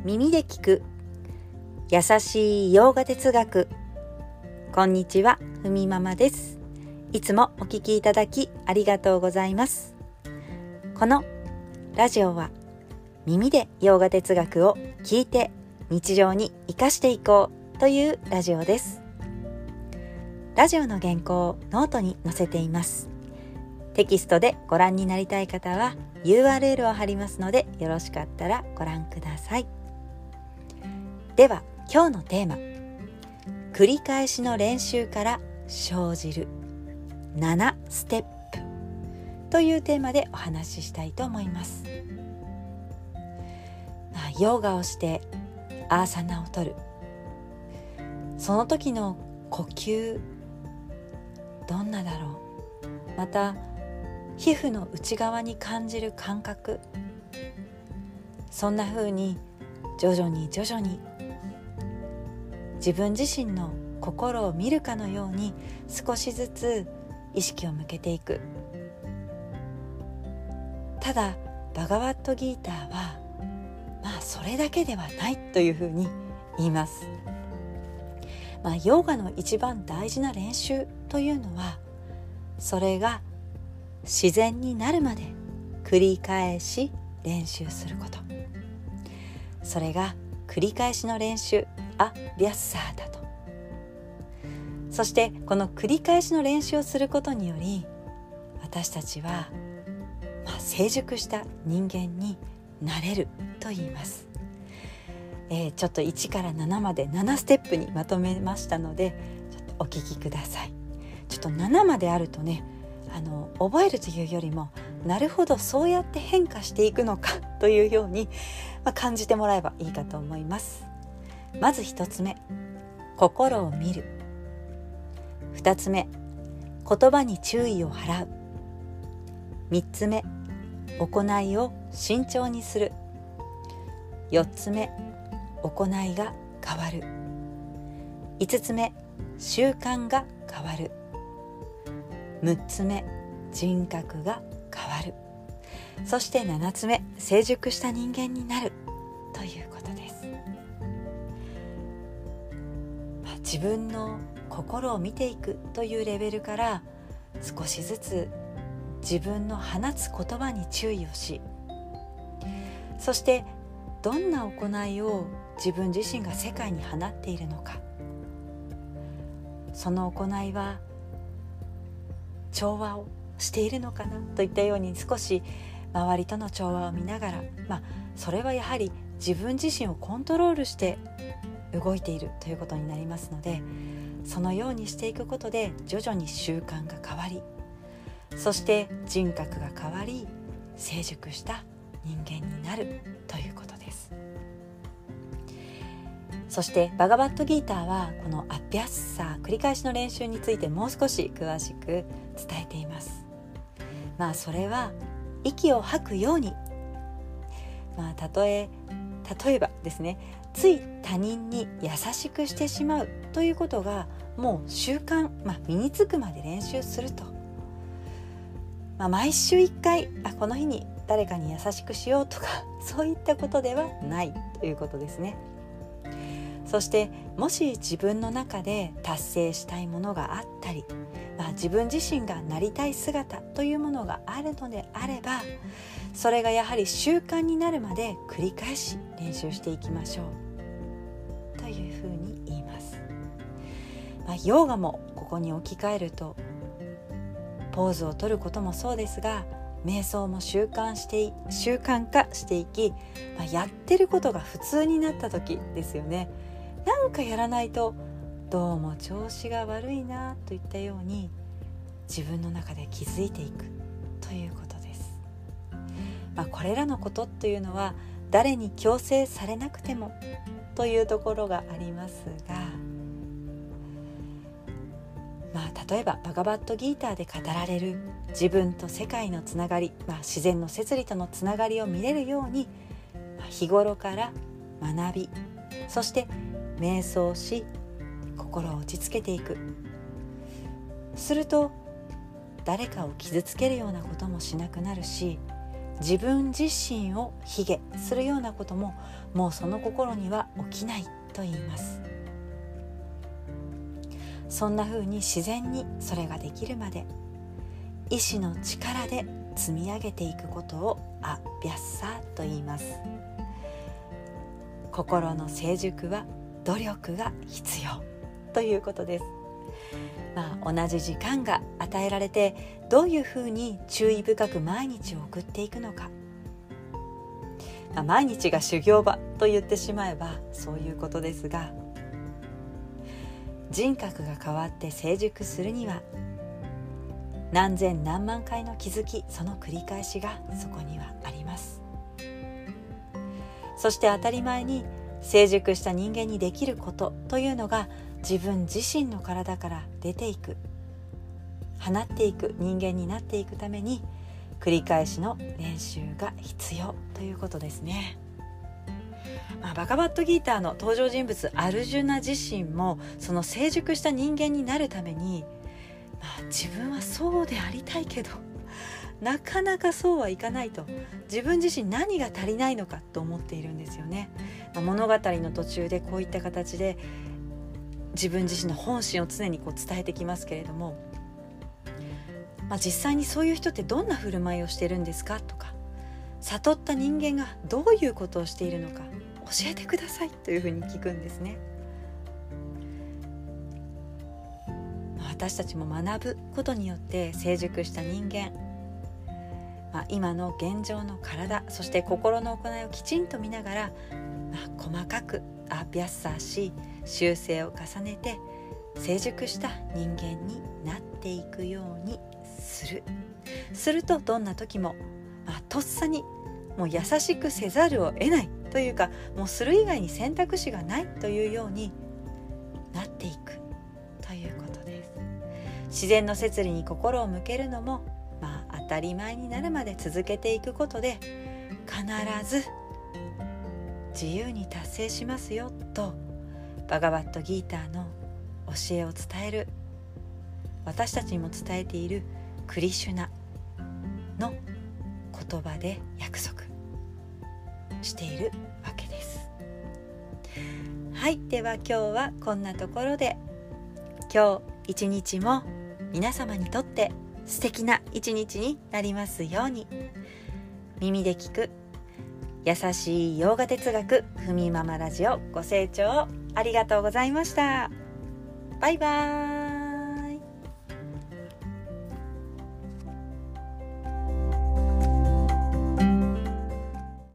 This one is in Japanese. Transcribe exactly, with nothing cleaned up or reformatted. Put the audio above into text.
耳で聞く優しいヨーガ哲学。こんにちは、ふみママです。いつもお聞きいただきありがとうございます。このラジオは耳でヨーガ哲学を聞いて日常に生かしていこうというラジオです。ラジオの原稿をノートに載せています。テキストでご覧になりたい方は ユーアールエル を貼りますので、よろしかったらご覧ください。では今日のテーマ、繰り返しの練習から生じるななステップというテーマでお話ししたいと思います。ヨガをしてアーサナを取る、その時の呼吸どんなだろう、また皮膚の内側に感じる感覚、そんな風に徐々に徐々に自分自身の心を見るかのように少しずつ意識を向けていく。ただバガバットギーターはまあそれだけではないというふうに言います。まあ、ヨガの一番大事な練習というのは、それが自然になるまで繰り返し練習すること。それが繰り返しの練習、アビャッサーだと。そしてこの繰り返しの練習をすることにより、私たちは、まあ、成熟した人間になれると言います。えー、ちょっといちからななまでななステップにまとめましたので、ちょっとお聞きください。ちょっとななまであるとね、あの覚えるというよりも、なるほどそうやって変化していくのかというように、まあ、感じてもらえばいいかと思います。まずひとつめ、心を見る。ふたつめ、言葉に注意を払う。みっつめ、行いを慎重にする。よっつめ、行いが変わる。いつつめ、習慣が変わる。むっつめ、人格が変わる。そしてななつめ、成熟した人間になるということです。まあ、自分の心を見ていくというレベルから、少しずつ自分の放つ言葉に注意をし、そしてどんな行いを自分自身が世界に放っているのか、その行いは調和をしているのかなといったように、少し周りとの調和を見ながら、まあ、それはやはり自分自身をコントロールして動いているということになりますので、そのようにしていくことで徐々に習慣が変わり、そして人格が変わり、成熟した人間になるということです。そしてバガバットギーターはこのアビャッサー、繰り返しの練習についてもう少し詳しく伝えています。まあそれは息を吐くように、まあたとえ例えばですね、つい他人に優しくしてしまうということがもう習慣、まあ、身につくまで練習すると、まあ、毎週いっかいあこの日に誰かに優しくしようとか、そういったことではないということですね。そしてもし自分の中で達成したいものがあったり、まあ、自分自身がなりたい姿というものがあるのであれば、それがやはり習慣になるまで繰り返し練習していきましょうというふうに言います。まあ、ヨガもここに置き換えると、ポーズを取ることもそうですが、瞑想も習慣して習慣化していき、まあ、やってることが普通になった時ですよね。なんかやらないとどうも調子が悪いなといったように自分の中で気づいていくということです。まあ、これらのことというのは誰に強制されなくてもというところがありますが、まあ、例えばバガバットギーターで語られる自分と世界のつながり、まあ、自然の摂理とのつながりを見れるように、まあ、日頃から学び、そして瞑想し、心を落ち着けていく。すると誰かを傷つけるようなこともしなくなるし、 自分自身を卑下するようなことももうその心には起きないと言います。そんな風に自然にそれができるまで意志の力で積み上げていくことをアビャッサーと言います。心の成熟は努力が必要ということです。まあ、同じ時間が与えられてどういうふうに注意深く毎日を送っていくのか、まあ、毎日が修行場と言ってしまえばそういうことですが、人格が変わって成熟するには何千何万回の気づき、その繰り返しがそこにはあります。そして当たり前に成熟した人間にできることというのが自分自身の体から出ていく、放っていく人間になっていくために繰り返しの練習が必要ということですね。まあ、バガバットギーターの登場人物アルジュナ自身もその成熟した人間になるために、まあ、自分はそうでありたいけどなかなかそうはいかないと、自分自身何が足りないのかと思っているんですよね。まあ、物語の途中でこういった形で自分自身の本心を常にこう伝えてきますけれども、まあ、実際にそういう人ってどんな振る舞いをしてるんですかとか、悟った人間がどういうことをしているのか教えてくださいというふうに聞くんですね。私たちも学ぶことによって成熟した人間、まあ、今の現状の体、そして心の行いをきちんと見ながら、まあ、細かくアビャッサーし修正を重ねて成熟した人間になっていくようにするするとどんな時も、まあ、とっさにもう優しくせざるを得ないというか、もうする以外に選択肢がないというようになっていくということです。自然の摂理に心を向けるのも、まあ、当たり前になるまで続けていくことで必ず自由に達成しますよとバガバットギーターの教えを伝える、私たちにも伝えているクリシュナの言葉で約束しているわけです。はい、では今日はこんなところで、今日一日も皆様にとって素敵な一日になりますように。耳で聞く優しい洋画哲学ふみママラジオ、ご清聴ありがとうございました。バイバーイ。